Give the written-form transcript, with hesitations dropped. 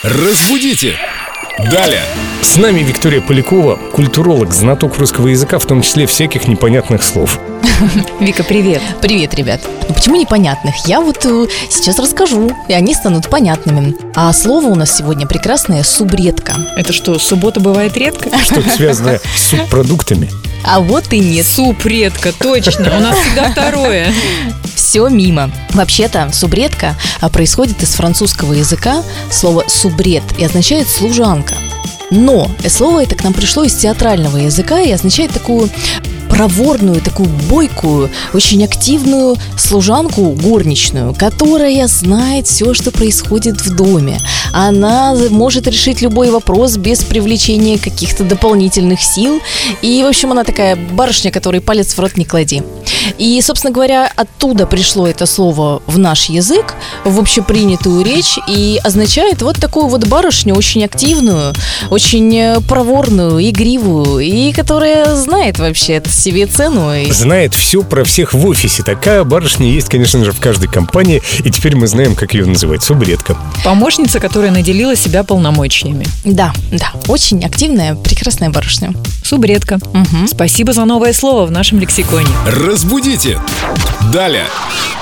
Разбудите! Далее! С нами Виктория Полякова, культуролог, знаток русского языка, в том числе всяких непонятных слов. Вика, привет. Привет, ребят. Ну почему непонятных? Я сейчас расскажу, и они станут понятными. А слово у нас сегодня прекрасное «субредка». Это что, суббота бывает редко? Что-то связанное с субпродуктами. А вот и нет. Субредка, точно. У нас всегда второе. Все мимо. Вообще-то субредка происходит из французского языка слова «субред» и означает «служанка». Но слово это к нам пришло из театрального языка и означает такую проворную, такую бойкую, очень активную служанку горничную, которая знает все, что происходит в доме. Она может решить любой вопрос без привлечения каких-то дополнительных сил. И, в общем, она такая барышня, которой палец в рот не клади. И, собственно говоря, оттуда пришло это слово в наш язык, в общепринятую речь, и означает вот такую вот барышню, очень активную, очень проворную, игривую, и которая знает вообще себе цену. Знает все про всех в офисе. Такая барышня есть, конечно же, в каждой компании, и теперь мы знаем, как ее называть. Субредка. Помощница, которая наделила себя полномочиями. Да, очень активная, прекрасная барышня. Субредка. Угу. Спасибо за новое слово в нашем лексиконе. Разбудите! Далее!